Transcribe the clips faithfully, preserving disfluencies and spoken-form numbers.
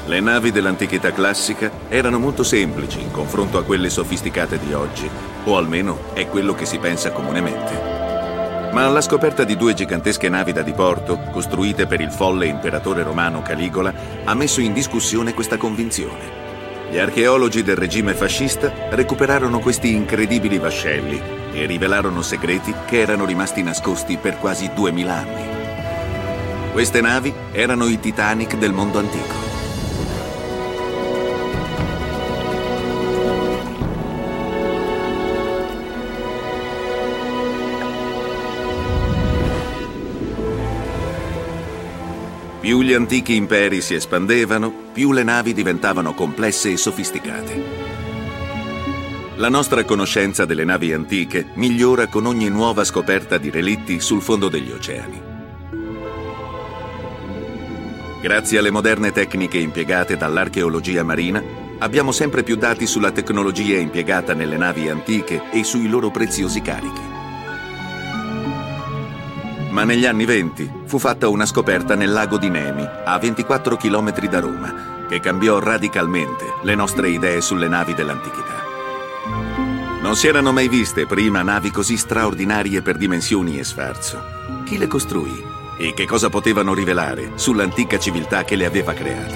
Le navi dell'antichità classica erano molto semplici in confronto a quelle sofisticate di oggi, o almeno è quello che si pensa comunemente. Ma la scoperta di due gigantesche navi da diporto, costruite per il folle imperatore romano Caligola, ha messo in discussione questa convinzione. Gli archeologi del regime fascista recuperarono questi incredibili vascelli e rivelarono segreti che erano rimasti nascosti per quasi duemila anni. Queste navi erano i Titanic del mondo antico. Più gli antichi imperi si espandevano, più le navi diventavano complesse e sofisticate. La nostra conoscenza delle navi antiche migliora con ogni nuova scoperta di relitti sul fondo degli oceani. Grazie alle moderne tecniche impiegate dall'archeologia marina, abbiamo sempre più dati sulla tecnologia impiegata nelle navi antiche e sui loro preziosi carichi. Ma negli anni venti fu fatta una scoperta nel lago di Nemi, a ventiquattro chilometri da Roma, che cambiò radicalmente le nostre idee sulle navi dell'antichità. Non si erano mai viste prima navi così straordinarie per dimensioni e sfarzo. Chi le costruì e che cosa potevano rivelare sull'antica civiltà che le aveva create?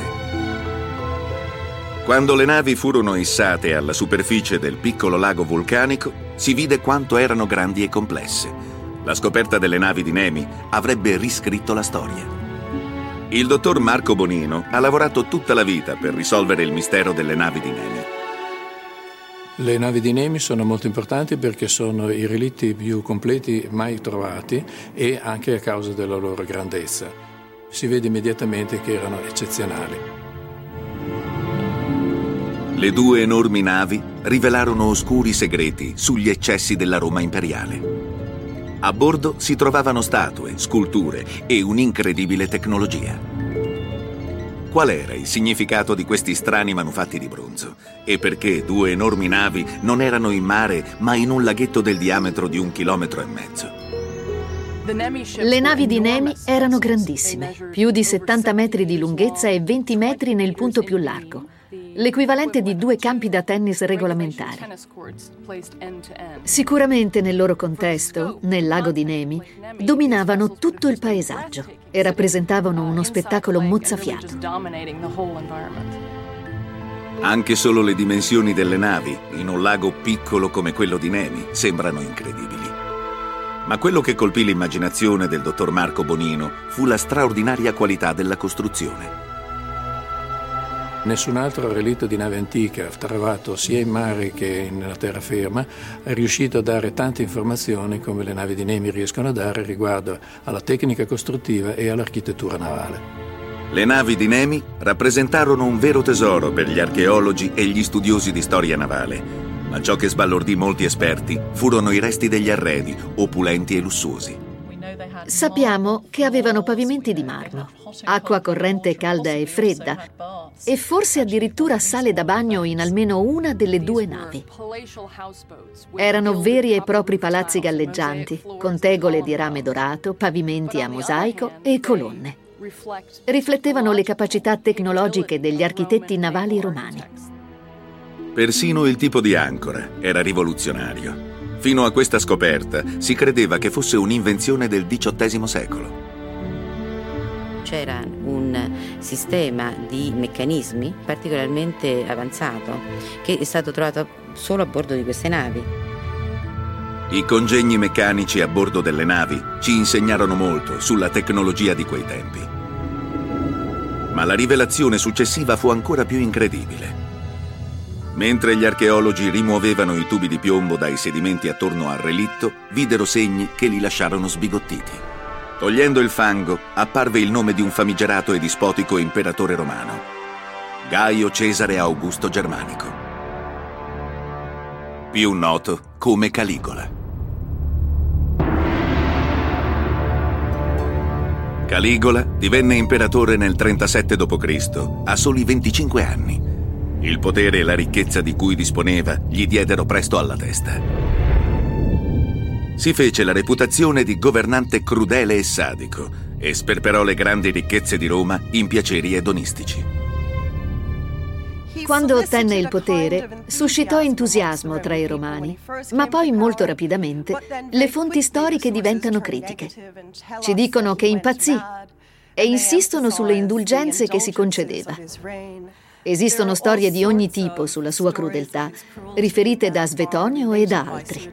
Quando le navi furono issate alla superficie del piccolo lago vulcanico, si vide quanto erano grandi e complesse. La scoperta delle navi di Nemi avrebbe riscritto la storia. Il dottor Marco Bonino ha lavorato tutta la vita per risolvere il mistero delle navi di Nemi. Le navi di Nemi sono molto importanti perché sono i relitti più completi mai trovati e anche a causa della loro grandezza. Si vede immediatamente che erano eccezionali. Le due enormi navi rivelarono oscuri segreti sugli eccessi della Roma imperiale. A bordo si trovavano statue, sculture e un'incredibile tecnologia. Qual era il significato di questi strani manufatti di bronzo? E perché due enormi navi non erano in mare, ma in un laghetto del diametro di un chilometro e mezzo? Le navi di Nemi erano grandissime, più di settanta metri di lunghezza e venti metri nel punto più largo. L'equivalente di due campi da tennis regolamentari. Sicuramente nel loro contesto, nel lago di Nemi, dominavano tutto il paesaggio e rappresentavano uno spettacolo mozzafiato. Anche solo le dimensioni delle navi, in un lago piccolo come quello di Nemi, sembrano incredibili. Ma quello che colpì l'immaginazione del dottor Marco Bonino fu la straordinaria qualità della costruzione. Nessun altro relitto di nave antica, trovato sia in mare che nella terraferma, è riuscito a dare tante informazioni come le navi di Nemi riescono a dare riguardo alla tecnica costruttiva e all'architettura navale. Le navi di Nemi rappresentarono un vero tesoro per gli archeologi e gli studiosi di storia navale, ma ciò che sbalordì molti esperti furono i resti degli arredi, opulenti e lussuosi. Sappiamo che avevano pavimenti di marmo, acqua corrente calda e fredda e forse addirittura sale da bagno in almeno una delle due navi. Erano veri e propri palazzi galleggianti, con tegole di rame dorato, pavimenti a mosaico e colonne. Riflettevano le capacità tecnologiche degli architetti navali romani. Persino il tipo di ancora era rivoluzionario. Fino a questa scoperta si credeva che fosse un'invenzione del diciottesimo secolo. C'era un sistema di meccanismi particolarmente avanzato che è stato trovato solo a bordo di queste navi. I congegni meccanici a bordo delle navi ci insegnarono molto sulla tecnologia di quei tempi. Ma la rivelazione successiva fu ancora più incredibile. Mentre gli archeologi rimuovevano i tubi di piombo dai sedimenti attorno al relitto, videro segni che li lasciarono sbigottiti. Togliendo il fango, apparve il nome di un famigerato e dispotico imperatore romano, Gaio Cesare Augusto Germanico, più noto come Caligola. Caligola divenne imperatore nel trentasette dopo Cristo, a soli venticinque anni. Il potere e la ricchezza di cui disponeva gli diedero presto alla testa. Si fece la reputazione di governante crudele e sadico e sperperò le grandi ricchezze di Roma in piaceri edonistici. Quando ottenne il potere, suscitò entusiasmo tra i romani, ma poi molto rapidamente le fonti storiche diventano critiche. Ci dicono che impazzì e insistono sulle indulgenze che si concedeva. Esistono storie di ogni tipo sulla sua crudeltà, riferite da Svetonio e da altri.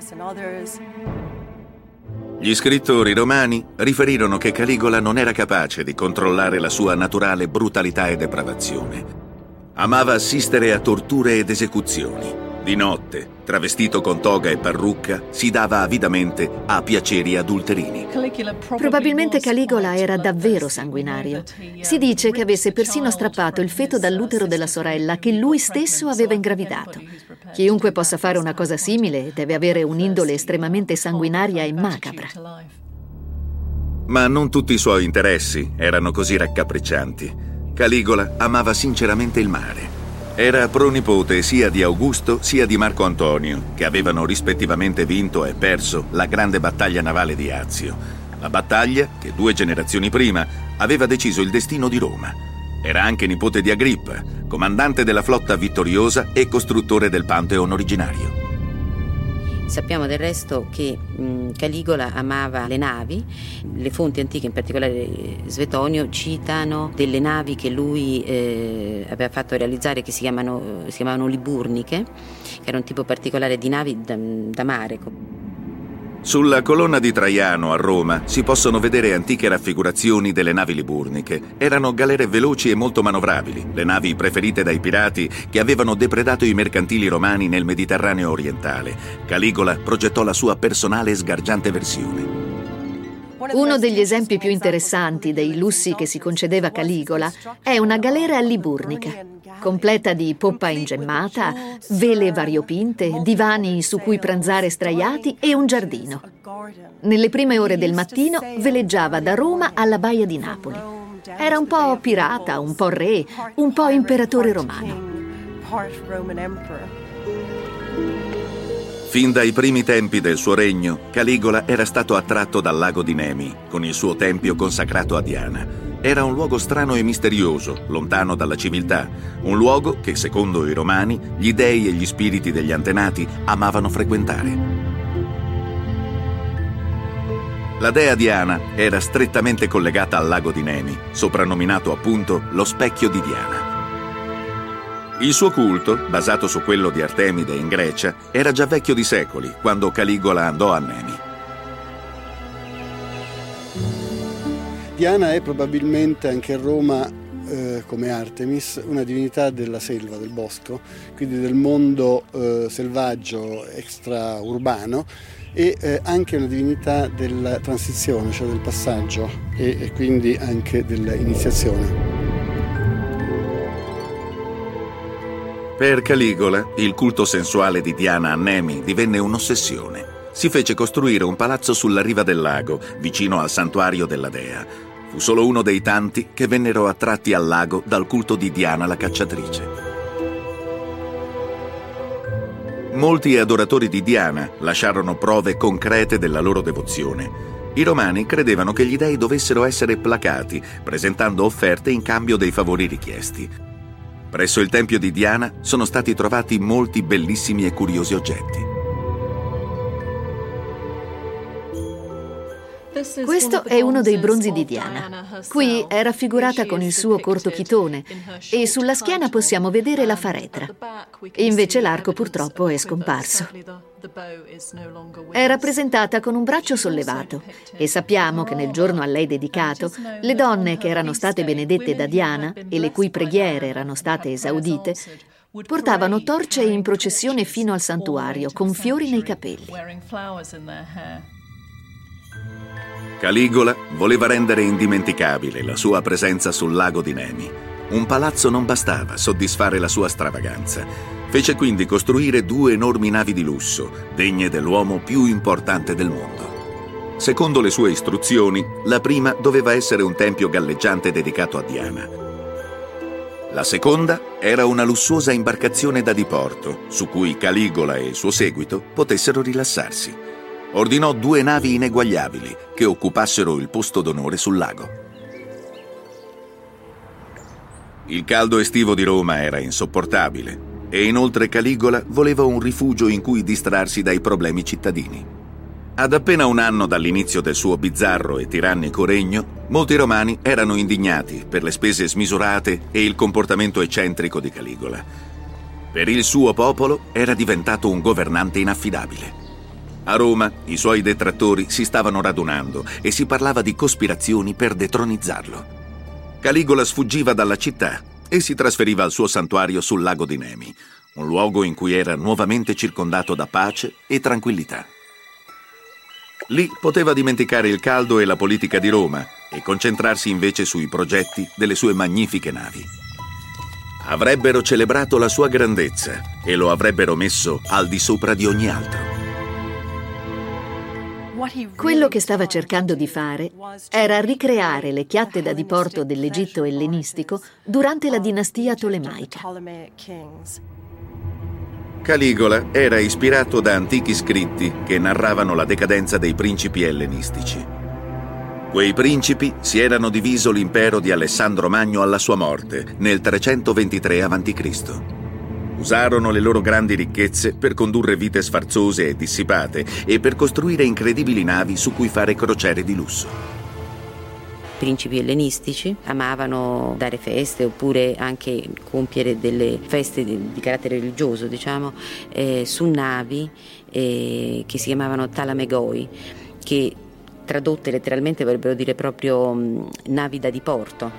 Gli scrittori romani riferirono che Caligola non era capace di controllare la sua naturale brutalità e depravazione. Amava assistere a torture ed esecuzioni. Di notte, travestito con toga e parrucca, si dava avidamente a piaceri adulterini. Probabilmente Caligola era davvero sanguinario. Si dice che avesse persino strappato il feto dall'utero della sorella che lui stesso aveva ingravidato. Chiunque possa fare una cosa simile deve avere un'indole estremamente sanguinaria e macabra. Ma non tutti i suoi interessi erano così raccapriccianti. Caligola amava sinceramente il mare. Era pronipote sia di Augusto sia di Marco Antonio, che avevano rispettivamente vinto e perso la grande battaglia navale di Azio. La battaglia che due generazioni prima aveva deciso il destino di Roma. Era anche nipote di Agrippa, comandante della flotta vittoriosa e costruttore del Pantheon originario. Sappiamo del resto che mh, Caligola amava le navi. Le fonti antiche, in particolare Svetonio, citano delle navi che lui eh, aveva fatto realizzare che si chiamano, si chiamavano liburniche, che era un tipo particolare di navi da, da mare. Sulla colonna di Traiano a Roma si possono vedere antiche raffigurazioni delle navi liburniche. Erano galere veloci e molto manovrabili, le navi preferite dai pirati che avevano depredato i mercantili romani nel Mediterraneo orientale. Caligola progettò la sua personale e sgargiante versione. Uno degli esempi più interessanti dei lussi che si concedeva Caligola è una galera liburnica, completa di poppa ingemmata, vele variopinte, divani su cui pranzare straiati e un giardino. Nelle prime ore del mattino veleggiava da Roma alla Baia di Napoli. Era un po' pirata, un po' re, un po' imperatore romano. Fin dai primi tempi del suo regno, Caligola era stato attratto dal lago di Nemi, con il suo tempio consacrato a Diana. Era un luogo strano e misterioso, lontano dalla civiltà, un luogo che, secondo i romani, gli dei e gli spiriti degli antenati amavano frequentare. La dea Diana era strettamente collegata al lago di Nemi, soprannominato appunto lo specchio di Diana. Il suo culto, basato su quello di Artemide in Grecia, era già vecchio di secoli, quando Caligola andò a Nemi. Diana è probabilmente anche a Roma, eh, come Artemis, una divinità della selva, del bosco, quindi del mondo eh, selvaggio extraurbano, e eh, anche una divinità della transizione, cioè del passaggio, e, e quindi anche dell'iniziazione. Per Caligola, il culto sensuale di Diana a Nemi divenne un'ossessione. Si fece costruire un palazzo sulla riva del lago, vicino al santuario della dea. Fu solo uno dei tanti che vennero attratti al lago dal culto di Diana la cacciatrice. Molti adoratori di Diana lasciarono prove concrete della loro devozione. I romani credevano che gli dei dovessero essere placati, presentando offerte in cambio dei favori richiesti. Presso il tempio di Diana sono stati trovati molti bellissimi e curiosi oggetti. Questo è uno dei bronzi di Diana. Qui è raffigurata con il suo corto chitone e sulla schiena possiamo vedere la faretra. Invece l'arco purtroppo è scomparso. È rappresentata con un braccio sollevato e sappiamo che nel giorno a lei dedicato le donne che erano state benedette da Diana e le cui preghiere erano state esaudite portavano torce in processione fino al santuario con fiori nei capelli. Caligola voleva rendere indimenticabile la sua presenza sul lago di Nemi. Un palazzo non bastava a soddisfare la sua stravaganza. Fece quindi costruire due enormi navi di lusso, degne dell'uomo più importante del mondo. Secondo le sue istruzioni, la prima doveva essere un tempio galleggiante dedicato a Diana. La seconda era una lussuosa imbarcazione da diporto, su cui Caligola e il suo seguito potessero rilassarsi. Ordinò due navi ineguagliabili che occupassero il posto d'onore sul lago. Il caldo estivo di Roma era insopportabile e inoltre Caligola voleva un rifugio in cui distrarsi dai problemi cittadini. Ad appena un anno dall'inizio del suo bizzarro e tirannico regno, molti romani erano indignati per le spese smisurate e il comportamento eccentrico di Caligola. Per il suo popolo era diventato un governante inaffidabile. A Roma i suoi detrattori si stavano radunando e si parlava di cospirazioni per detronizzarlo. Caligola sfuggiva dalla città e si trasferiva al suo santuario sul lago di Nemi, un luogo in cui era nuovamente circondato da pace e tranquillità. Lì poteva dimenticare il caldo e la politica di Roma e concentrarsi invece sui progetti delle sue magnifiche navi. Avrebbero celebrato la sua grandezza e lo avrebbero messo al di sopra di ogni altro. Quello che stava cercando di fare era ricreare le chiatte da diporto dell'Egitto ellenistico durante la dinastia tolemaica. Caligola era ispirato da antichi scritti che narravano la decadenza dei principi ellenistici. Quei principi si erano diviso l'impero di Alessandro Magno alla sua morte, nel trecentoventitré avanti Cristo Usarono le loro grandi ricchezze per condurre vite sfarzose e dissipate e per costruire incredibili navi su cui fare crociere di lusso. I principi ellenistici amavano dare feste oppure anche compiere delle feste di, di carattere religioso, diciamo, eh, su navi eh, che si chiamavano talamegoi, che tradotte letteralmente vorrebbero dire proprio mh, navi da diporto.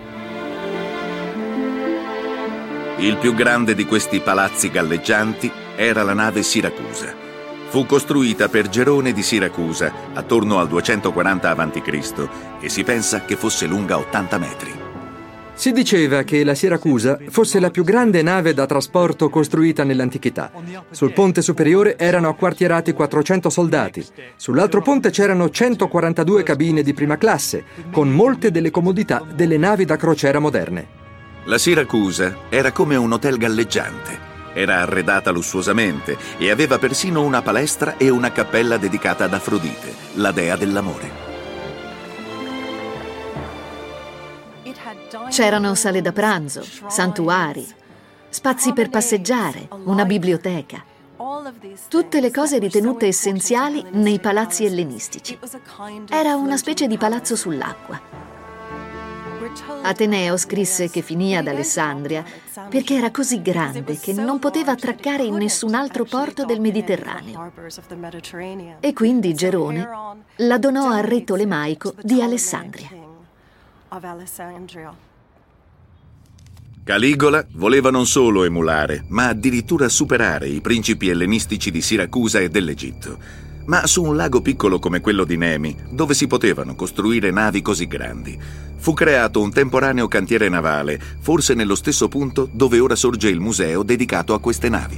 Il più grande di questi palazzi galleggianti era la nave Siracusa. Fu costruita per Gerone di Siracusa attorno al duecentoquaranta avanti Cristo e si pensa che fosse lunga ottanta metri. Si diceva che la Siracusa fosse la più grande nave da trasporto costruita nell'antichità. Sul ponte superiore erano acquartierati quattrocento soldati. Sull'altro ponte c'erano centoquarantadue cabine di prima classe, con molte delle comodità delle navi da crociera moderne. La Siracusa era come un hotel galleggiante. Era arredata lussuosamente e aveva persino una palestra e una cappella dedicata ad Afrodite, la dea dell'amore. C'erano sale da pranzo, santuari, spazi per passeggiare, una biblioteca. Tutte le cose ritenute essenziali nei palazzi ellenistici. Era una specie di palazzo sull'acqua. Ateneo scrisse che finì ad Alessandria perché era così grande che non poteva attraccare in nessun altro porto del Mediterraneo. E quindi Gerone la donò al re tolemaico di Alessandria. Caligola voleva non solo emulare, ma addirittura superare i principi ellenistici di Siracusa e dell'Egitto. Ma su un lago piccolo come quello di Nemi, dove si potevano costruire navi così grandi, fu creato un temporaneo cantiere navale, forse nello stesso punto dove ora sorge il museo dedicato a queste navi.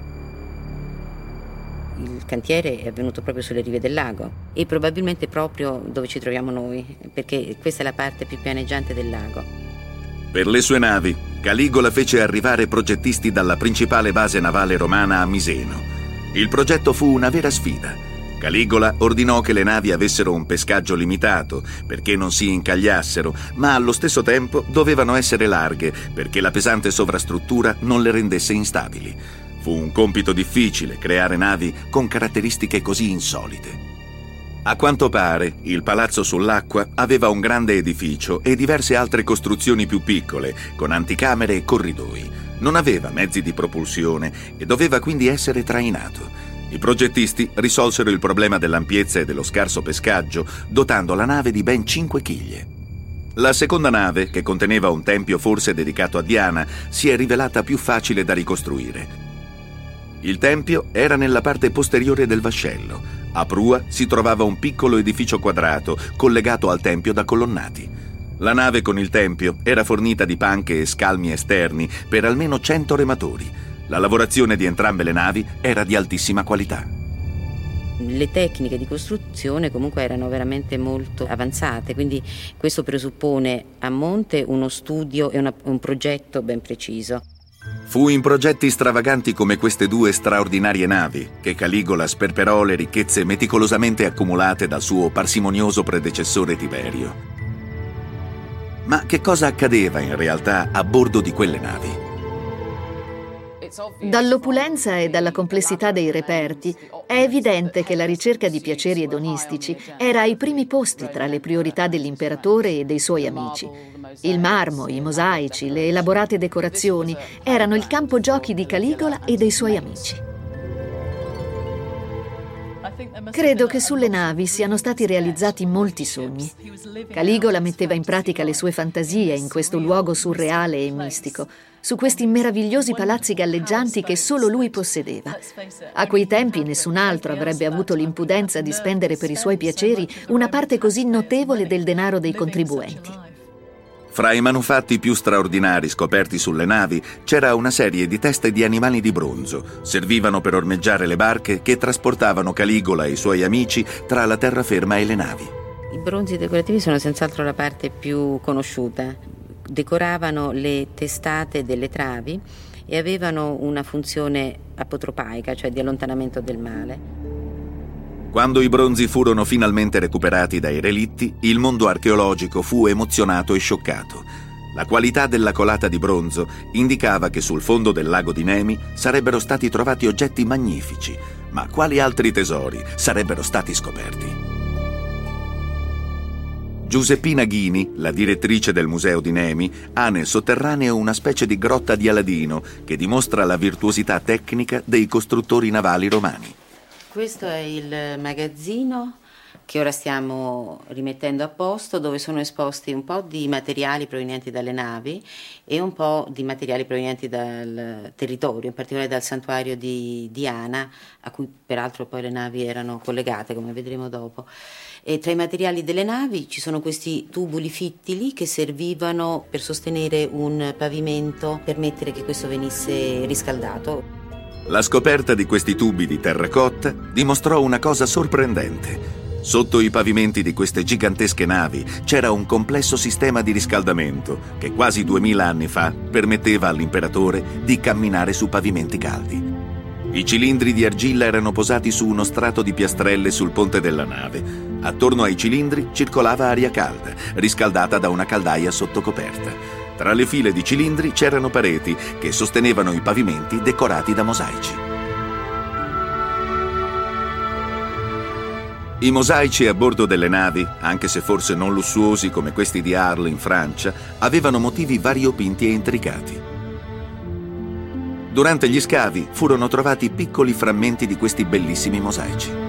Il cantiere è avvenuto proprio sulle rive del lago e probabilmente proprio dove ci troviamo noi, perché questa è la parte più pianeggiante del lago. Per le sue navi, Caligola fece arrivare progettisti dalla principale base navale romana a Miseno. Il progetto fu una vera sfida. Caligola ordinò che le navi avessero un pescaggio limitato perché non si incagliassero, ma allo stesso tempo dovevano essere larghe perché la pesante sovrastruttura non le rendesse instabili. Fu un compito difficile creare navi con caratteristiche così insolite. A quanto pare, il palazzo sull'acqua aveva un grande edificio e diverse altre costruzioni più piccole, con anticamere e corridoi. Non aveva mezzi di propulsione e doveva quindi essere trainato. I progettisti risolsero il problema dell'ampiezza e dello scarso pescaggio, dotando la nave di ben cinque chiglie. La seconda nave, che conteneva un tempio forse dedicato a Diana, si è rivelata più facile da ricostruire. Il tempio era nella parte posteriore del vascello. A prua si trovava un piccolo edificio quadrato, collegato al tempio da colonnati. La nave con il tempio era fornita di panche e scalmi esterni per almeno cento rematori. La lavorazione di entrambe le navi era di altissima qualità. Le tecniche di costruzione comunque erano veramente molto avanzate, quindi questo presuppone a monte uno studio e una, un progetto ben preciso. Fu in progetti stravaganti come queste due straordinarie navi che Caligola sperperò le ricchezze meticolosamente accumulate dal suo parsimonioso predecessore Tiberio. Ma che cosa accadeva in realtà a bordo di quelle navi? Dall'opulenza e dalla complessità dei reperti è evidente che la ricerca di piaceri edonistici era ai primi posti tra le priorità dell'imperatore e dei suoi amici. Il marmo, i mosaici, le elaborate decorazioni erano il campo giochi di Caligola e dei suoi amici. Credo che sulle navi siano stati realizzati molti sogni. Caligola metteva in pratica le sue fantasie in questo luogo surreale e mistico, su questi meravigliosi palazzi galleggianti che solo lui possedeva. A quei tempi nessun altro avrebbe avuto l'impudenza di spendere per i suoi piaceri una parte così notevole del denaro dei contribuenti. Fra i manufatti più straordinari scoperti sulle navi c'era una serie di teste di animali di bronzo. Servivano per ormeggiare le barche che trasportavano Caligola e i suoi amici tra la terraferma e le navi. I bronzi decorativi sono senz'altro la parte più conosciuta. Decoravano le testate delle travi e avevano una funzione apotropaica, cioè di allontanamento del male. Quando i bronzi furono finalmente recuperati dai relitti, il mondo archeologico fu emozionato e scioccato. La qualità della colata di bronzo indicava che sul fondo del lago di Nemi sarebbero stati trovati oggetti magnifici, ma quali altri tesori sarebbero stati scoperti? Giuseppina Ghini, la direttrice del museo di Nemi, ha nel sotterraneo una specie di grotta di Aladino che dimostra la virtuosità tecnica dei costruttori navali romani. Questo è il magazzino che ora stiamo rimettendo a posto, dove sono esposti un po' di materiali provenienti dalle navi e un po' di materiali provenienti dal territorio, in particolare dal santuario di Diana, a cui peraltro poi le navi erano collegate, come vedremo dopo. E tra i materiali delle navi ci sono questi tubuli fittili che servivano per sostenere un pavimento, permettere che questo venisse riscaldato. La scoperta di questi tubi di terracotta dimostrò una cosa sorprendente. Sotto i pavimenti di queste gigantesche navi c'era un complesso sistema di riscaldamento che quasi duemila anni fa permetteva all'imperatore di camminare su pavimenti caldi. I cilindri di argilla erano posati su uno strato di piastrelle sul ponte della nave. Attorno ai cilindri circolava aria calda, riscaldata da una caldaia sottocoperta. Tra le file di cilindri c'erano pareti che sostenevano i pavimenti decorati da mosaici. I mosaici a bordo delle navi, anche se forse non lussuosi come questi di Arles in Francia, avevano motivi variopinti e intricati. Durante gli scavi furono trovati piccoli frammenti di questi bellissimi mosaici.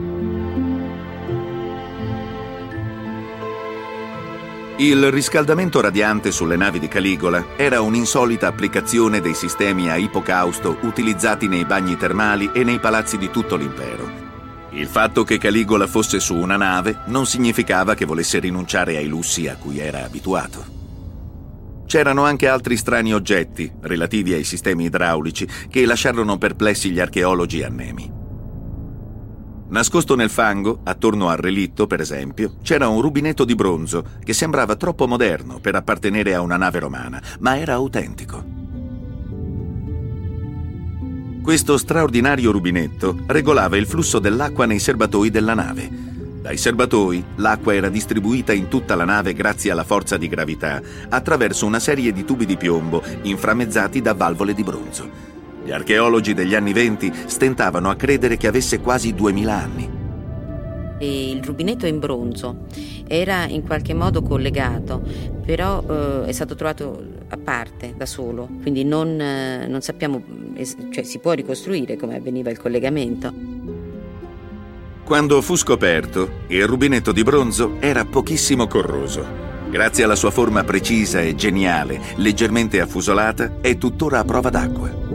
Il riscaldamento radiante sulle navi di Caligola era un'insolita applicazione dei sistemi a ipocausto utilizzati nei bagni termali e nei palazzi di tutto l'impero. Il fatto che Caligola fosse su una nave non significava che volesse rinunciare ai lussi a cui era abituato. C'erano anche altri strani oggetti relativi ai sistemi idraulici che lasciarono perplessi gli archeologi a Nemi. Nascosto nel fango, attorno al relitto, per esempio, c'era un rubinetto di bronzo che sembrava troppo moderno per appartenere a una nave romana, ma era autentico. Questo straordinario rubinetto regolava il flusso dell'acqua nei serbatoi della nave. Dai serbatoi, l'acqua era distribuita in tutta la nave grazie alla forza di gravità, attraverso una serie di tubi di piombo inframmezzati da valvole di bronzo. Gli archeologi degli anni venti stentavano a credere che avesse quasi duemila anni. E il rubinetto in bronzo era in qualche modo collegato, però eh, è stato trovato a parte, da solo, quindi non, eh, non sappiamo, cioè si può ricostruire come avveniva il collegamento. Quando fu scoperto, il rubinetto di bronzo era pochissimo corroso. Grazie alla sua forma precisa e geniale, leggermente affusolata, è tuttora a prova d'acqua.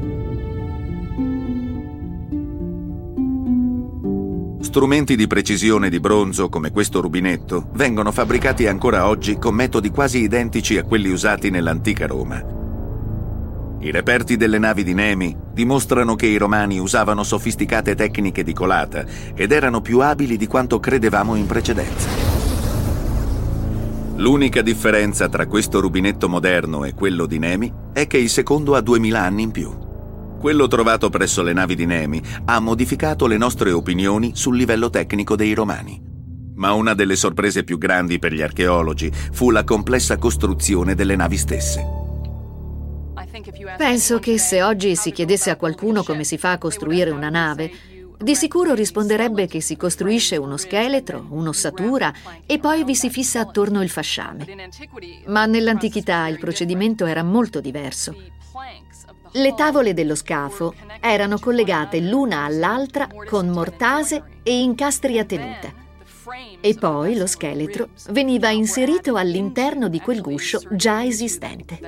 Strumenti di precisione di bronzo come questo rubinetto vengono fabbricati ancora oggi con metodi quasi identici a quelli usati nell'antica Roma. I reperti delle navi di Nemi dimostrano che i romani usavano sofisticate tecniche di colata ed erano più abili di quanto credevamo in precedenza. L'unica differenza tra questo rubinetto moderno e quello di Nemi è che il secondo ha duemila anni in più. Quello trovato presso le navi di Nemi ha modificato le nostre opinioni sul livello tecnico dei romani. Ma una delle sorprese più grandi per gli archeologi fu la complessa costruzione delle navi stesse. Penso che se oggi si chiedesse a qualcuno come si fa a costruire una nave, di sicuro risponderebbe che si costruisce uno scheletro, un'ossatura e poi vi si fissa attorno il fasciame. Ma nell'antichità il procedimento era molto diverso. Le tavole dello scafo erano collegate l'una all'altra con mortase e incastri a tenuta. E poi lo scheletro veniva inserito all'interno di quel guscio già esistente.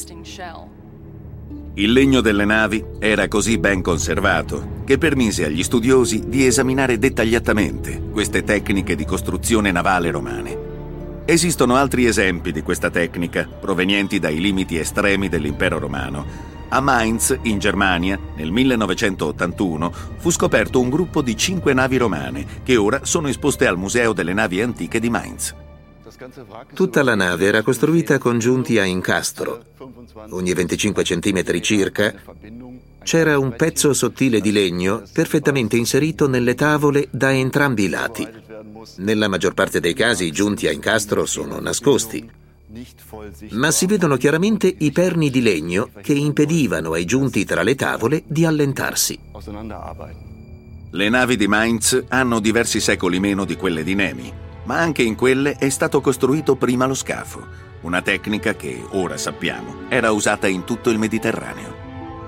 Il legno delle navi era così ben conservato che permise agli studiosi di esaminare dettagliatamente queste tecniche di costruzione navale romane. Esistono altri esempi di questa tecnica provenienti dai limiti estremi dell'impero romano. A Mainz, in Germania, nel millenovecentottantuno, fu scoperto un gruppo di cinque navi romane che ora sono esposte al Museo delle Navi Antiche di Mainz. Tutta la nave era costruita con giunti a incastro. Ogni venticinque centimetri circa c'era un pezzo sottile di legno perfettamente inserito nelle tavole da entrambi i lati. Nella maggior parte dei casi i giunti a incastro sono nascosti, ma si vedono chiaramente i perni di legno che impedivano ai giunti tra le tavole di allentarsi. Le navi di Mainz hanno diversi secoli meno di quelle di Nemi, ma anche in quelle è stato costruito prima lo scafo, una tecnica che, ora sappiamo, era usata in tutto il Mediterraneo.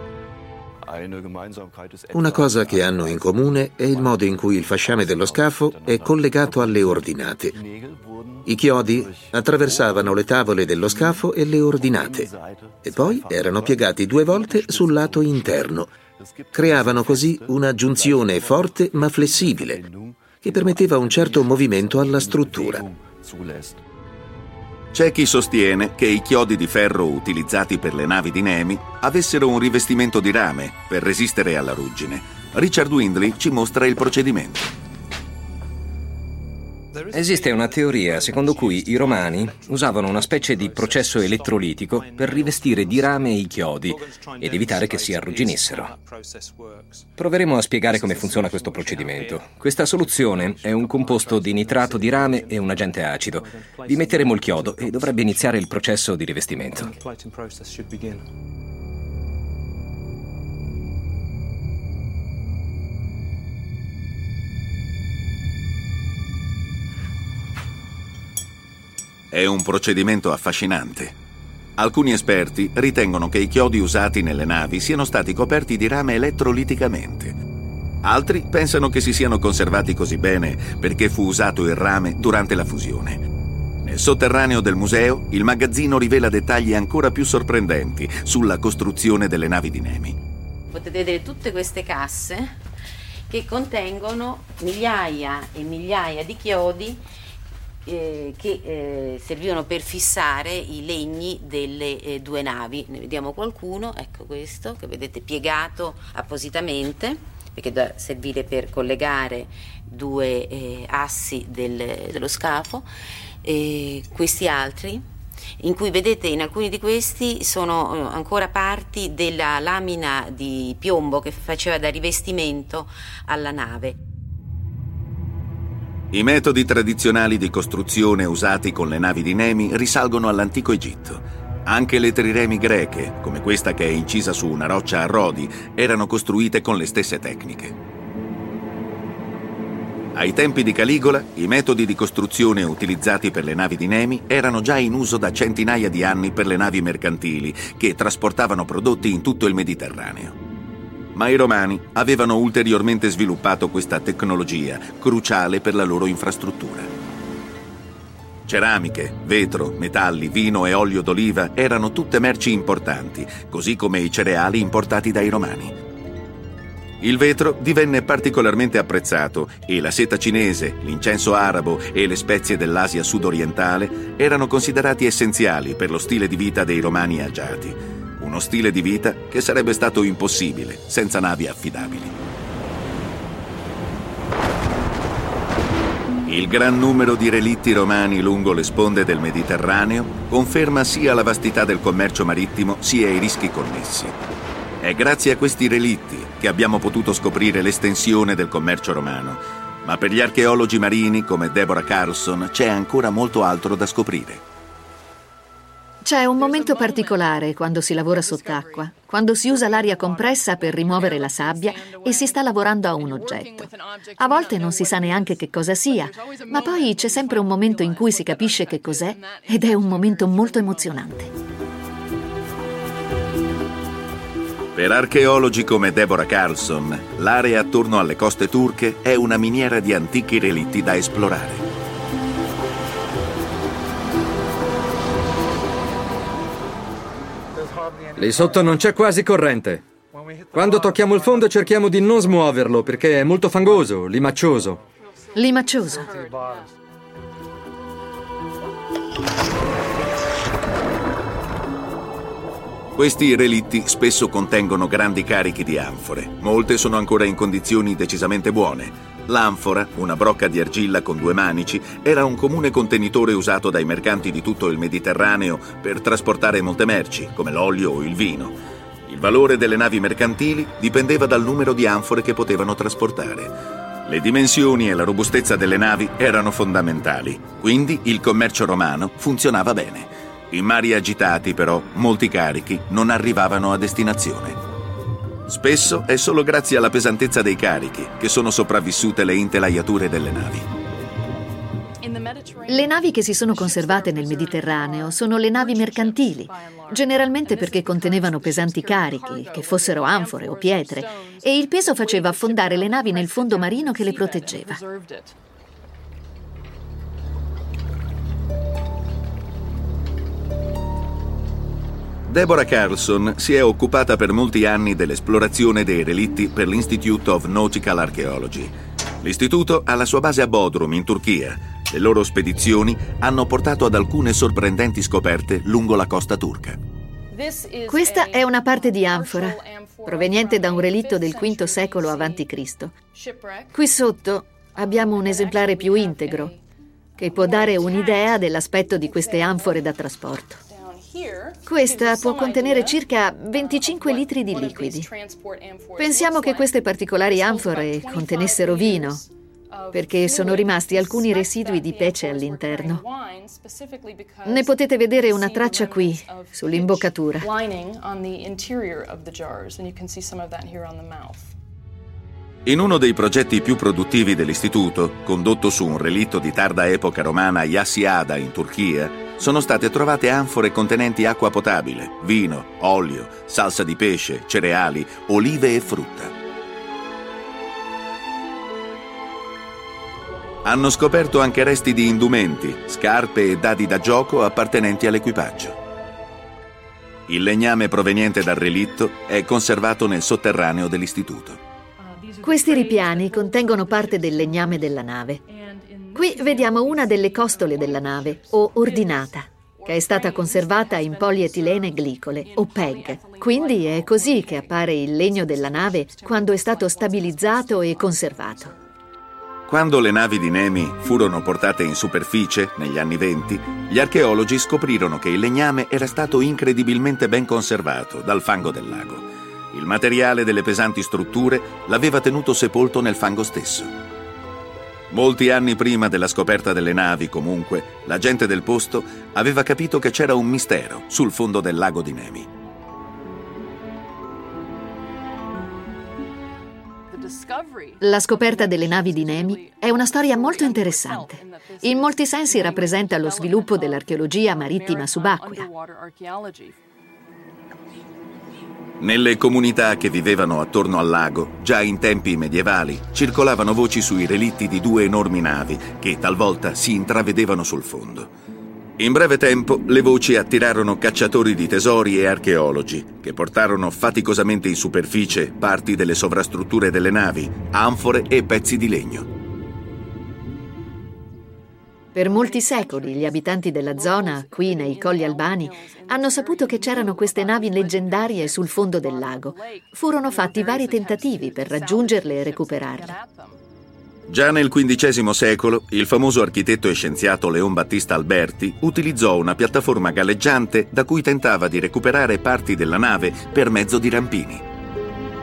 Una cosa che hanno in comune è il modo in cui il fasciame dello scafo è collegato alle ordinate. I chiodi attraversavano le tavole dello scafo e le ordinate, e poi erano piegati due volte sul lato interno. Creavano così una giunzione forte ma flessibile, che permetteva un certo movimento alla struttura. C'è chi sostiene che i chiodi di ferro utilizzati per le navi di Nemi avessero un rivestimento di rame per resistere alla ruggine. Richard Windley ci mostra il procedimento. Esiste una teoria secondo cui i romani usavano una specie di processo elettrolitico per rivestire di rame i chiodi ed evitare che si arrugginissero. Proveremo a spiegare come funziona questo procedimento. Questa soluzione è un composto di nitrato di rame e un agente acido. Vi metteremo il chiodo e dovrebbe iniziare il processo di rivestimento. È un procedimento affascinante. Alcuni esperti ritengono che i chiodi usati nelle navi siano stati coperti di rame elettroliticamente. Altri pensano che si siano conservati così bene perché fu usato il rame durante la fusione. Nel sotterraneo del museo, il magazzino rivela dettagli ancora più sorprendenti sulla costruzione delle navi di Nemi. Potete vedere tutte queste casse che contengono migliaia e migliaia di chiodi Eh, che eh, servivano per fissare i legni delle eh, due navi. Ne vediamo qualcuno, ecco questo che vedete piegato appositamente perché doveva servire per collegare due eh, assi del, dello scafo. E questi altri in cui vedete in alcuni di questi sono eh, ancora parti della lamina di piombo che faceva da rivestimento alla nave. I metodi tradizionali di costruzione usati con le navi di Nemi risalgono all'antico Egitto. Anche le triremi greche, come questa che è incisa su una roccia a Rodi, erano costruite con le stesse tecniche. Ai tempi di Caligola, i metodi di costruzione utilizzati per le navi di Nemi erano già in uso da centinaia di anni per le navi mercantili che trasportavano prodotti in tutto il Mediterraneo. Ma i Romani avevano ulteriormente sviluppato questa tecnologia, cruciale per la loro infrastruttura. Ceramiche, vetro, metalli, vino e olio d'oliva erano tutte merci importanti, così come i cereali importati dai Romani. Il vetro divenne particolarmente apprezzato e la seta cinese, l'incenso arabo e le spezie dell'Asia sudorientale erano considerati essenziali per lo stile di vita dei Romani agiati. Uno stile di vita che sarebbe stato impossibile senza navi affidabili. Il gran numero di relitti romani lungo le sponde del Mediterraneo conferma sia la vastità del commercio marittimo sia i rischi connessi. È grazie a questi relitti che abbiamo potuto scoprire l'estensione del commercio romano, Ma per gli archeologi marini come Deborah Carlson c'è ancora molto altro da scoprire. C'è un momento particolare quando si lavora sott'acqua, quando si usa l'aria compressa per rimuovere la sabbia e si sta lavorando a un oggetto. A volte non si sa neanche che cosa sia, ma poi c'è sempre un momento in cui si capisce che cos'è ed è un momento molto emozionante. Per archeologi come Deborah Carlson, l'area attorno alle coste turche è una miniera di antichi relitti da esplorare. Lì sotto non c'è quasi corrente. Quando tocchiamo il fondo cerchiamo di non smuoverlo perché è molto fangoso, limaccioso. Limaccioso. Questi relitti spesso contengono grandi carichi di anfore. Molte sono ancora in condizioni decisamente buone. L'anfora, una brocca di argilla con due manici, era un comune contenitore usato dai mercanti di tutto il Mediterraneo per trasportare molte merci, come l'olio o il vino. Il valore delle navi mercantili dipendeva dal numero di anfore che potevano trasportare. Le dimensioni e la robustezza delle navi erano fondamentali, quindi il commercio romano funzionava bene. In mari agitati, però, molti carichi non arrivavano a destinazione. Spesso è solo grazie alla pesantezza dei carichi che sono sopravvissute le intelaiature delle navi. Le navi che si sono conservate nel Mediterraneo sono le navi mercantili, generalmente perché contenevano pesanti carichi, che fossero anfore o pietre, e il peso faceva affondare le navi nel fondo marino che le proteggeva. Deborah Carlson si è occupata per molti anni dell'esplorazione dei relitti per l'Institute of Nautical Archaeology. L'istituto ha la sua base a Bodrum, in Turchia. Le loro spedizioni hanno portato ad alcune sorprendenti scoperte lungo la costa turca. Questa è una parte di anfora, proveniente da un relitto del quinto secolo avanti Cristo. Qui sotto abbiamo un esemplare più integro, che può dare un'idea dell'aspetto di queste anfore da trasporto. Questa può contenere circa venticinque litri di liquidi. Pensiamo che queste particolari anfore contenessero vino, perché sono rimasti alcuni residui di pece all'interno. Ne potete vedere una traccia qui, sull'imboccatura. In uno dei progetti più produttivi dell'istituto, condotto su un relitto di tarda epoca romana a Yassiada, in Turchia, sono state trovate anfore contenenti acqua potabile, vino, olio, salsa di pesce, cereali, olive e frutta. Hanno scoperto anche resti di indumenti, scarpe e dadi da gioco appartenenti all'equipaggio. Il legname proveniente dal relitto è conservato nel sotterraneo dell'istituto. Questi ripiani contengono parte del legname della nave. Qui vediamo una delle costole della nave, o ordinata, che è stata conservata in polietilene glicole, o P E G. Quindi è così che appare il legno della nave quando è stato stabilizzato e conservato. Quando le navi di Nemi furono portate in superficie, negli anni venti, gli archeologi scoprirono che il legname era stato incredibilmente ben conservato dal fango del lago. Il materiale delle pesanti strutture l'aveva tenuto sepolto nel fango stesso. Molti anni prima della scoperta delle navi, comunque, la gente del posto aveva capito che c'era un mistero sul fondo del lago di Nemi. La scoperta delle navi di Nemi è una storia molto interessante. In molti sensi rappresenta lo sviluppo dell'archeologia marittima subacquea. Nelle comunità che vivevano attorno al lago, già in tempi medievali, circolavano voci sui relitti di due enormi navi che talvolta si intravedevano sul fondo. In breve tempo le voci attirarono cacciatori di tesori e archeologi che portarono faticosamente in superficie parti delle sovrastrutture delle navi, anfore e pezzi di legno. Per molti secoli gli abitanti della zona, qui nei Colli Albani, hanno saputo che c'erano queste navi leggendarie sul fondo del lago. Furono fatti vari tentativi per raggiungerle e recuperarle. Già nel quindicesimo secolo, il famoso architetto e scienziato Leon Battista Alberti utilizzò una piattaforma galleggiante da cui tentava di recuperare parti della nave per mezzo di rampini.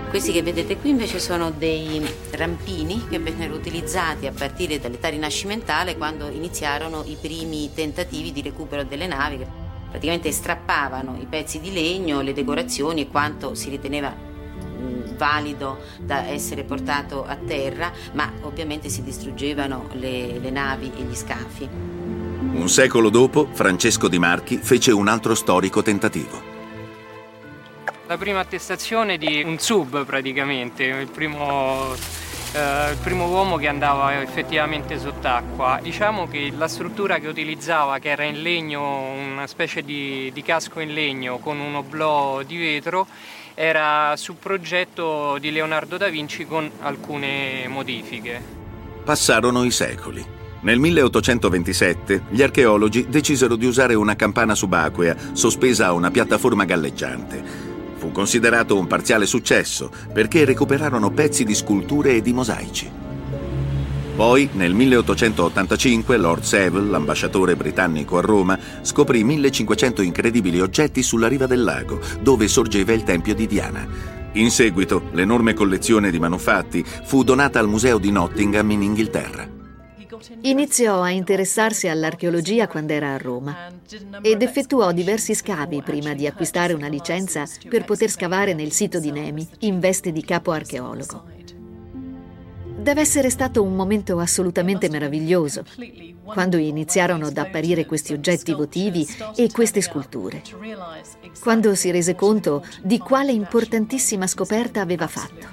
Questi che vedete qui invece sono dei rampini che vennero utilizzati a partire dall'età rinascimentale, quando iniziarono i primi tentativi di recupero delle navi, che praticamente strappavano i pezzi di legno, le decorazioni e quanto si riteneva mh, valido da essere portato a terra, ma ovviamente si distruggevano le, le navi e gli scafi. Un secolo dopo, Francesco Di Marchi fece un altro storico tentativo. La prima attestazione di un sub, praticamente, il primo, eh, il primo uomo che andava effettivamente sott'acqua. Diciamo che la struttura che utilizzava, che era in legno, una specie di, di casco in legno con un oblò di vetro, era su progetto di Leonardo da Vinci con alcune modifiche. Passarono i secoli. Nel milleottocentoventisette gli archeologi decisero di usare una campana subacquea sospesa a una piattaforma galleggiante. Fu considerato un parziale successo perché recuperarono pezzi di sculture e di mosaici. Poi, nel milleottocentottantacinque, Lord Seville, l'ambasciatore britannico a Roma, scoprì millecinquecento incredibili oggetti sulla riva del lago, dove sorgeva il tempio di Diana. In seguito, l'enorme collezione di manufatti fu donata al museo di Nottingham in Inghilterra. Iniziò a interessarsi all'archeologia quando era a Roma ed effettuò diversi scavi prima di acquistare una licenza per poter scavare nel sito di Nemi in veste di capo archeologo. Deve essere stato un momento assolutamente meraviglioso quando iniziarono ad apparire questi oggetti votivi e queste sculture, quando si rese conto di quale importantissima scoperta aveva fatto.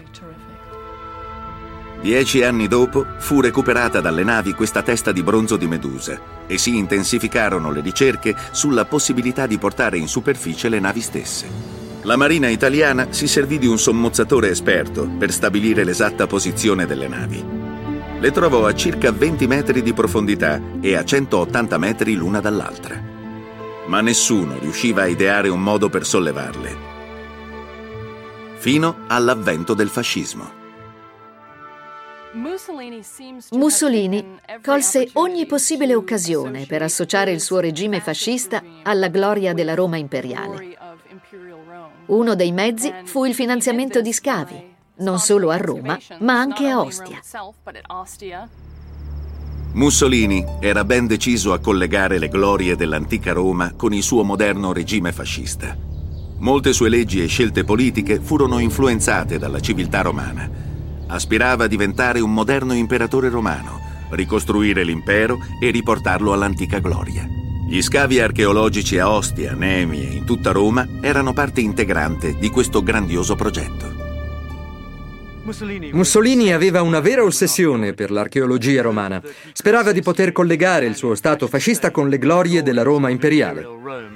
Dieci anni dopo fu recuperata dalle navi questa testa di bronzo di Medusa e si intensificarono le ricerche sulla possibilità di portare in superficie le navi stesse. La Marina italiana si servì di un sommozzatore esperto per stabilire l'esatta posizione delle navi. Le trovò a circa venti metri di profondità e a centottanta metri l'una dall'altra. Ma nessuno riusciva a ideare un modo per sollevarle. Fino all'avvento del fascismo. Mussolini colse ogni possibile occasione per associare il suo regime fascista alla gloria della Roma imperiale. Uno dei mezzi fu il finanziamento di scavi, non solo a Roma, ma anche a Ostia. Mussolini era ben deciso a collegare le glorie dell'antica Roma con il suo moderno regime fascista. Molte sue leggi e scelte politiche furono influenzate dalla civiltà romana. Aspirava a diventare un moderno imperatore romano, ricostruire l'impero e riportarlo all'antica gloria. Gli scavi archeologici a Ostia, Nemi e in tutta Roma erano parte integrante di questo grandioso progetto. Mussolini aveva una vera ossessione per l'archeologia romana. Sperava di poter collegare il suo stato fascista con le glorie della Roma imperiale.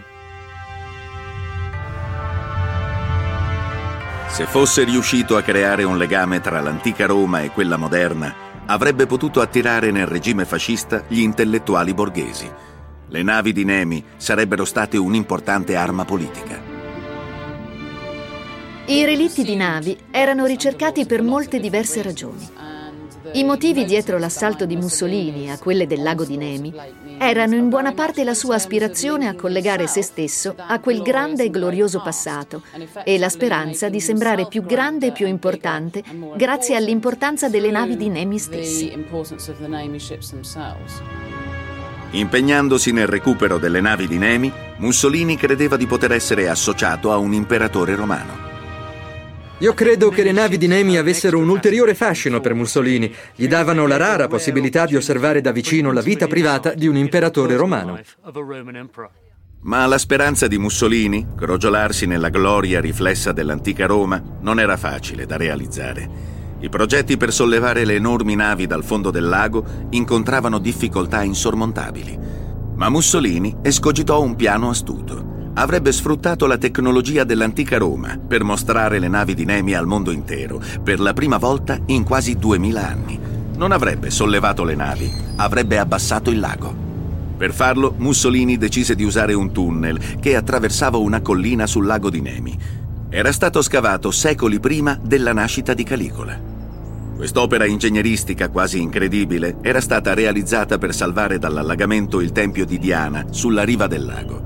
Se fosse riuscito a creare un legame tra l'antica Roma e quella moderna, avrebbe potuto attirare nel regime fascista gli intellettuali borghesi. Le navi di Nemi sarebbero state un'importante arma politica. I relitti di navi erano ricercati per molte diverse ragioni. I motivi dietro l'assalto di Mussolini a quelle del lago di Nemi erano in buona parte la sua aspirazione a collegare se stesso a quel grande e glorioso passato e la speranza di sembrare più grande e più importante grazie all'importanza delle navi di Nemi stesse. Impegnandosi nel recupero delle navi di Nemi, Mussolini credeva di poter essere associato a un imperatore romano. Io credo che le navi di Nemi avessero un ulteriore fascino per Mussolini. Gli davano la rara possibilità di osservare da vicino la vita privata di un imperatore romano. Ma la speranza di Mussolini, crogiolarsi nella gloria riflessa dell'antica Roma, non era facile da realizzare. I progetti per sollevare le enormi navi dal fondo del lago incontravano difficoltà insormontabili. Ma Mussolini escogitò un piano astuto. Avrebbe sfruttato la tecnologia dell'antica Roma per mostrare le navi di Nemi al mondo intero, per la prima volta in quasi duemila anni. Non avrebbe sollevato le navi, avrebbe abbassato il lago. Per farlo, Mussolini decise di usare un tunnel che attraversava una collina sul lago di Nemi. Era stato scavato secoli prima della nascita di Caligola. Quest'opera ingegneristica quasi incredibile era stata realizzata per salvare dall'allagamento il tempio di Diana sulla riva del lago.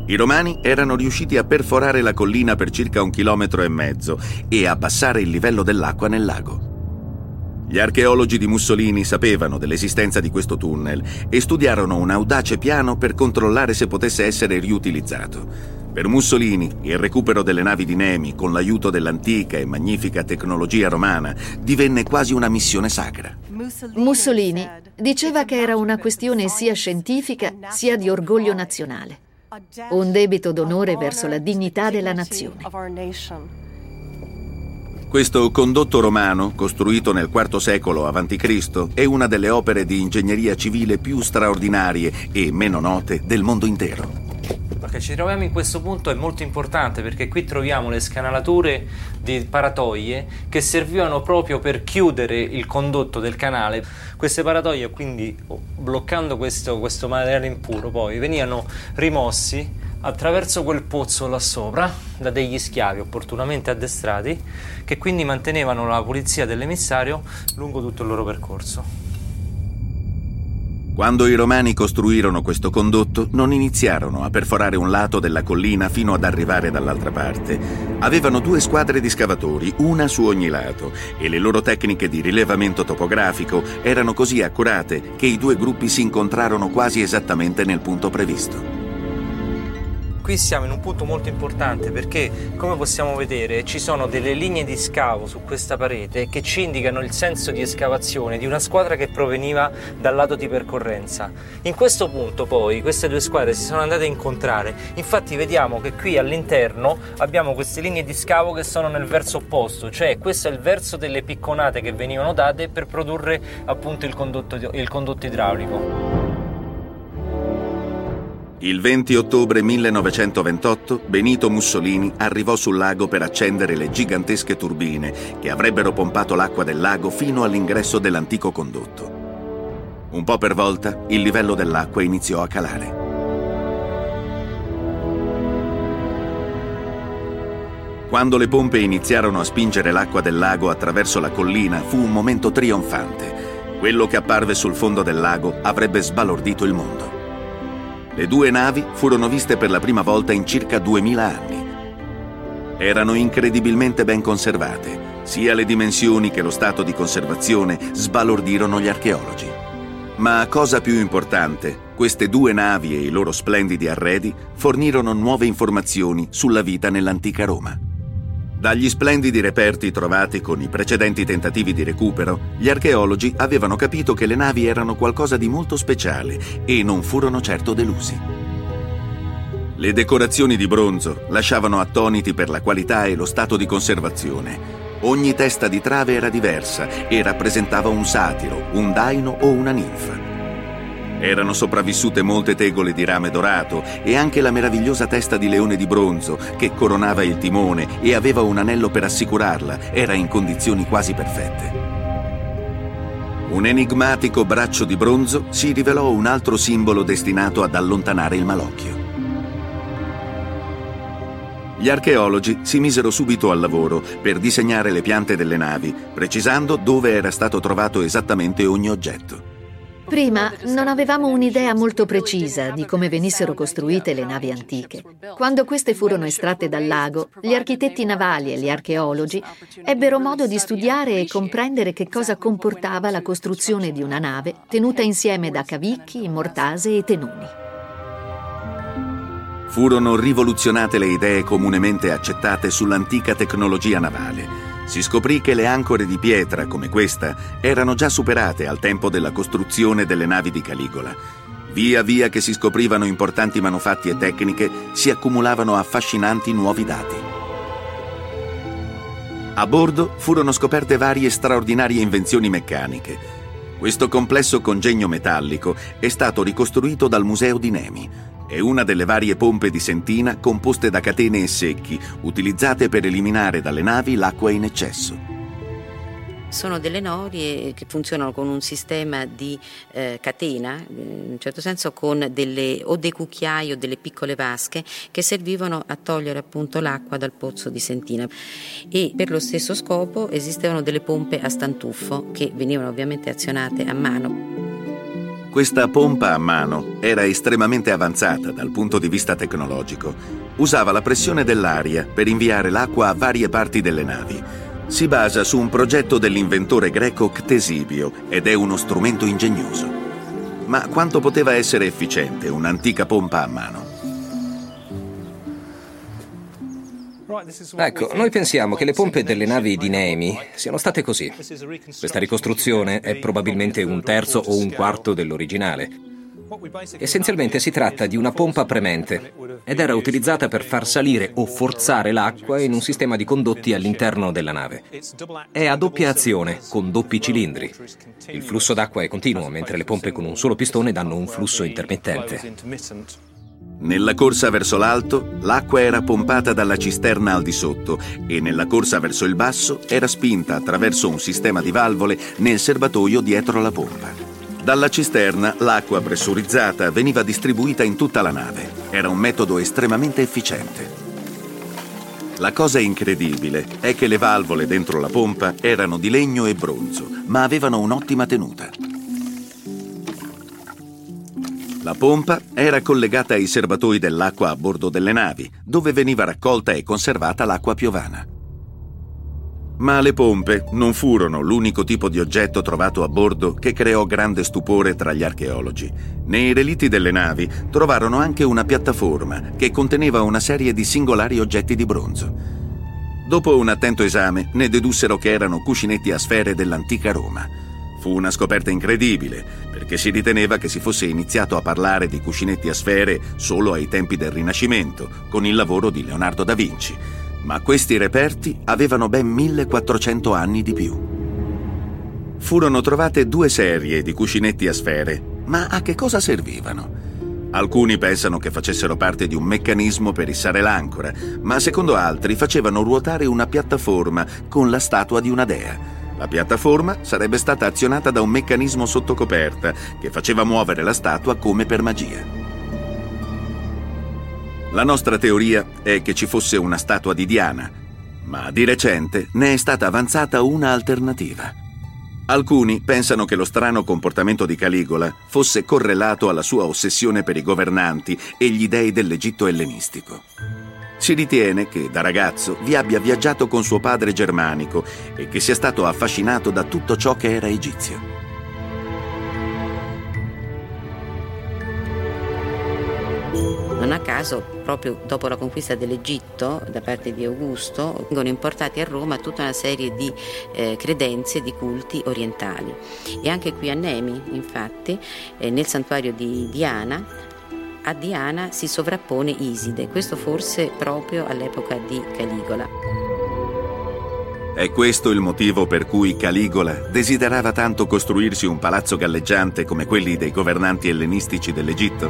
I Romani erano riusciti a perforare la collina per circa un chilometro e mezzo e abbassare il livello dell'acqua nel lago. Gli archeologi di Mussolini sapevano dell'esistenza di questo tunnel e studiarono un audace piano per controllare se potesse essere riutilizzato. Per Mussolini, il recupero delle navi di Nemi, con l'aiuto dell'antica e magnifica tecnologia romana, divenne quasi una missione sacra. Mussolini diceva che era una questione sia scientifica sia di orgoglio nazionale, un debito d'onore verso la dignità della nazione. Questo condotto romano, costruito nel quarto secolo avanti Cristo, è una delle opere di ingegneria civile più straordinarie e meno note del mondo intero. Perché ci troviamo in questo punto è molto importante, perché qui troviamo le scanalature di paratoie che servivano proprio per chiudere il condotto del canale. Queste paratoie, quindi bloccando questo, questo materiale impuro, poi venivano rimossi attraverso quel pozzo là sopra da degli schiavi opportunamente addestrati, che quindi mantenevano la pulizia dell'emissario lungo tutto il loro percorso. Quando i Romani costruirono questo condotto, non iniziarono a perforare un lato della collina fino ad arrivare dall'altra parte. Avevano due squadre di scavatori, una su ogni lato, e le loro tecniche di rilevamento topografico erano così accurate che i due gruppi si incontrarono quasi esattamente nel punto previsto. Qui siamo in un punto molto importante perché, come possiamo vedere, ci sono delle linee di scavo su questa parete che ci indicano il senso di escavazione di una squadra che proveniva dal lato di percorrenza. In questo punto poi queste due squadre si sono andate a incontrare, infatti vediamo che qui all'interno abbiamo queste linee di scavo che sono nel verso opposto, cioè questo è il verso delle picconate che venivano date per produrre appunto il condotto, il condotto idraulico. Il venti ottobre millenovecentoventotto Benito Mussolini arrivò sul lago per accendere le gigantesche turbine che avrebbero pompato l'acqua del lago fino all'ingresso dell'antico condotto. Un po' per volta il livello dell'acqua iniziò a calare. Quando le pompe iniziarono a spingere l'acqua del lago attraverso la collina fu un momento trionfante. Quello che apparve sul fondo del lago avrebbe sbalordito il mondo. Le due navi furono viste per la prima volta in circa duemila anni. Erano incredibilmente ben conservate. Sia le dimensioni che lo stato di conservazione sbalordirono gli archeologi. Ma cosa più importante, queste due navi e i loro splendidi arredi fornirono nuove informazioni sulla vita nell'antica Roma. Dagli splendidi reperti trovati con i precedenti tentativi di recupero, gli archeologi avevano capito che le navi erano qualcosa di molto speciale e non furono certo delusi. Le decorazioni di bronzo lasciavano attoniti per la qualità e lo stato di conservazione. Ogni testa di trave era diversa e rappresentava un satiro, un daino o una ninfa. Erano sopravvissute molte tegole di rame dorato e anche la meravigliosa testa di leone di bronzo che coronava il timone e aveva un anello per assicurarla, era in condizioni quasi perfette. Un enigmatico braccio di bronzo si rivelò un altro simbolo destinato ad allontanare il malocchio. Gli archeologi si misero subito al lavoro per disegnare le piante delle navi, precisando dove era stato trovato esattamente ogni oggetto. Prima non avevamo un'idea molto precisa di come venissero costruite le navi antiche. Quando queste furono estratte dal lago, gli architetti navali e gli archeologi ebbero modo di studiare e comprendere che cosa comportava la costruzione di una nave tenuta insieme da cavicchi, mortase e tenoni. Furono rivoluzionate le idee comunemente accettate sull'antica tecnologia navale. Si scoprì che le ancore di pietra, come questa, erano già superate al tempo della costruzione delle navi di Caligola. Via via che si scoprivano importanti manufatti e tecniche, si accumulavano affascinanti nuovi dati. A bordo furono scoperte varie straordinarie invenzioni meccaniche. Questo complesso congegno metallico è stato ricostruito dal Museo di Nemi. È una delle varie pompe di sentina composte da catene e secchi, utilizzate per eliminare dalle navi l'acqua in eccesso. Sono delle norie che funzionano con un sistema di eh, catena, in un certo senso con delle, o dei cucchiai o delle piccole vasche che servivano a togliere appunto l'acqua dal pozzo di sentina. E per lo stesso scopo esistevano delle pompe a stantuffo che venivano ovviamente azionate a mano. Questa pompa a mano era estremamente avanzata dal punto di vista tecnologico. Usava la pressione dell'aria per inviare l'acqua a varie parti delle navi. Si basa su un progetto dell'inventore greco Ctesibio ed è uno strumento ingegnoso. Ma quanto poteva essere efficiente un'antica pompa a mano? Ecco, noi pensiamo che le pompe delle navi di Neemi siano state così. Questa ricostruzione è probabilmente un terzo o un quarto dell'originale. Essenzialmente si tratta di una pompa premente ed era utilizzata per far salire o forzare l'acqua in un sistema di condotti all'interno della nave. È a doppia azione, con doppi cilindri. Il flusso d'acqua è continuo, mentre le pompe con un solo pistone danno un flusso intermittente. Nella corsa verso l'alto, l'acqua era pompata dalla cisterna al di sotto e nella corsa verso il basso era spinta attraverso un sistema di valvole nel serbatoio dietro la pompa. Dalla cisterna l'acqua pressurizzata veniva distribuita in tutta la nave. Era un metodo estremamente efficiente. La cosa incredibile è che le valvole dentro la pompa erano di legno e bronzo, ma avevano un'ottima tenuta. La pompa era collegata ai serbatoi dell'acqua a bordo delle navi, dove veniva raccolta e conservata l'acqua piovana. Ma le pompe non furono l'unico tipo di oggetto trovato a bordo che creò grande stupore tra gli archeologi. Nei relitti delle navi trovarono anche una piattaforma che conteneva una serie di singolari oggetti di bronzo. Dopo un attento esame ne dedussero che erano cuscinetti a sfere dell'antica Roma. Fu una scoperta incredibile, perché si riteneva che si fosse iniziato a parlare di cuscinetti a sfere solo ai tempi del Rinascimento, con il lavoro di Leonardo da Vinci. Ma questi reperti avevano ben millequattrocento anni di più. Furono trovate due serie di cuscinetti a sfere, ma a che cosa servivano? Alcuni pensano che facessero parte di un meccanismo per issare l'ancora, ma secondo altri facevano ruotare una piattaforma con la statua di una dea. La piattaforma sarebbe stata azionata da un meccanismo sotto coperta che faceva muovere la statua come per magia. La nostra teoria è che ci fosse una statua di Diana, ma di recente ne è stata avanzata una alternativa. Alcuni pensano che lo strano comportamento di Caligola fosse correlato alla sua ossessione per i governanti e gli dei dell'Egitto ellenistico. Si ritiene che da ragazzo vi abbia viaggiato con suo padre germanico e che sia stato affascinato da tutto ciò che era egizio. Non a caso, proprio dopo la conquista dell'Egitto da parte di Augusto, vengono importati a Roma tutta una serie di eh, credenze, di culti orientali. E anche qui a Nemi, infatti, eh, nel santuario di Diana, a Diana si sovrappone Iside, questo forse proprio all'epoca di Caligola. È questo il motivo per cui Caligola desiderava tanto costruirsi un palazzo galleggiante come quelli dei governanti ellenistici dell'Egitto?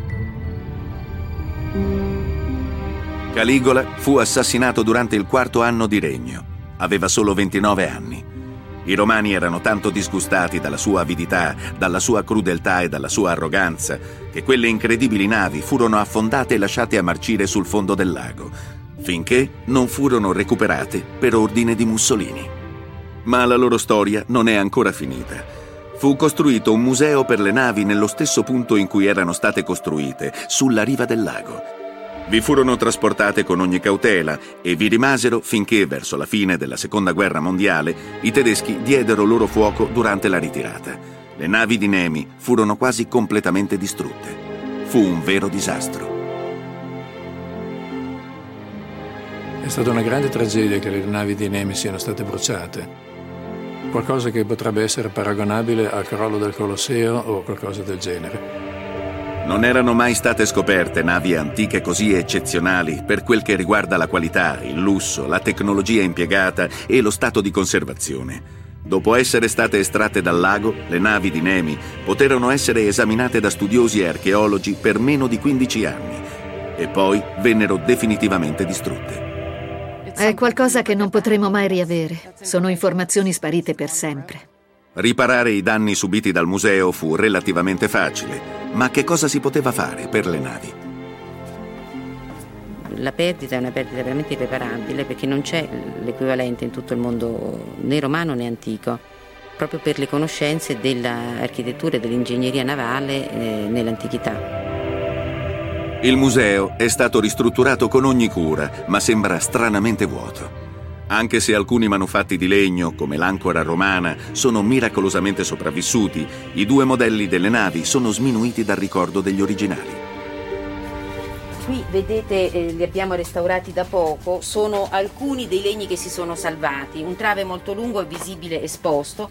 Caligola fu assassinato durante il quarto anno di regno. Aveva solo ventinove anni. I romani erano tanto disgustati dalla sua avidità, dalla sua crudeltà e dalla sua arroganza, che quelle incredibili navi furono affondate e lasciate a marcire sul fondo del lago, finché non furono recuperate per ordine di Mussolini. Ma la loro storia non è ancora finita. Fu costruito un museo per le navi nello stesso punto in cui erano state costruite, sulla riva del lago. Vi furono trasportate con ogni cautela e vi rimasero finché, verso la fine della Seconda Guerra Mondiale, i tedeschi diedero loro fuoco durante la ritirata. Le navi di Nemi furono quasi completamente distrutte. Fu un vero disastro. È stata una grande tragedia che le navi di Nemi siano state bruciate. Qualcosa che potrebbe essere paragonabile al crollo del Colosseo o qualcosa del genere. Non erano mai state scoperte navi antiche così eccezionali per quel che riguarda la qualità, il lusso, la tecnologia impiegata e lo stato di conservazione. Dopo essere state estratte dal lago, le navi di Nemi poterono essere esaminate da studiosi e archeologi per meno di quindici anni e poi vennero definitivamente distrutte. È qualcosa che non potremo mai riavere. Sono informazioni sparite per sempre. Riparare i danni subiti dal museo fu relativamente facile, ma che cosa si poteva fare per le navi? La perdita è una perdita veramente irreparabile perché non c'è l'equivalente in tutto il mondo né romano né antico. proprio per le conoscenze dell'architettura e dell'ingegneria navale eh, nell'antichità. Il museo è stato ristrutturato con ogni cura, ma sembra stranamente vuoto. Anche se alcuni manufatti di legno, come l'ancora romana, sono miracolosamente sopravvissuti, i due modelli delle navi sono sminuiti dal ricordo degli originali. Qui vedete, eh, li abbiamo restaurati da poco, sono alcuni dei legni che si sono salvati. Un trave molto lungo è visibile esposto.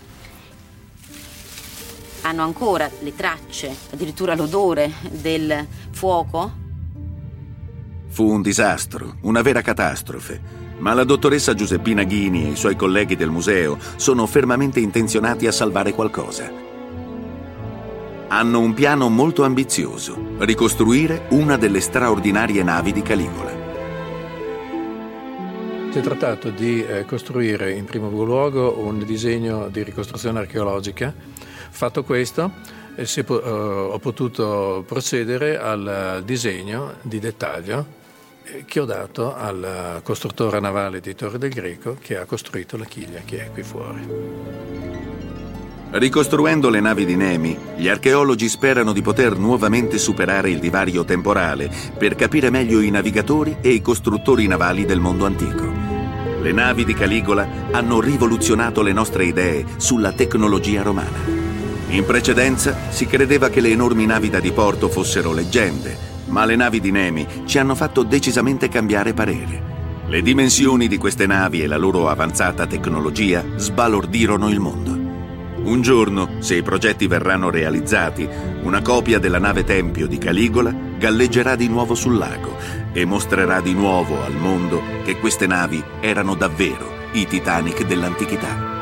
Hanno ancora le tracce, addirittura l'odore del fuoco. Fu un disastro, una vera catastrofe, ma la dottoressa Giuseppina Ghini e i suoi colleghi del museo sono fermamente intenzionati a salvare qualcosa. Hanno un piano molto ambizioso: ricostruire una delle straordinarie navi di Caligola. Si è trattato di eh, costruire in primo luogo un disegno di ricostruzione archeologica. Fatto questo, eh, si po- eh, ho potuto procedere al disegno di dettaglio eh, che ho dato al costruttore navale di Torre del Greco, che ha costruito la chiglia che è qui fuori. Ricostruendo le navi di Nemi, gli archeologi sperano di poter nuovamente superare il divario temporale per capire meglio i navigatori e i costruttori navali del mondo antico. Le navi di Caligola hanno rivoluzionato le nostre idee sulla tecnologia romana. In precedenza si credeva che le enormi navi da diporto fossero leggende, ma le navi di Nemi ci hanno fatto decisamente cambiare parere. Le dimensioni di queste navi e la loro avanzata tecnologia sbalordirono il mondo. Un giorno, se i progetti verranno realizzati, una copia della nave Tempio di Caligola galleggerà di nuovo sul lago e mostrerà di nuovo al mondo che queste navi erano davvero i Titanic dell'antichità.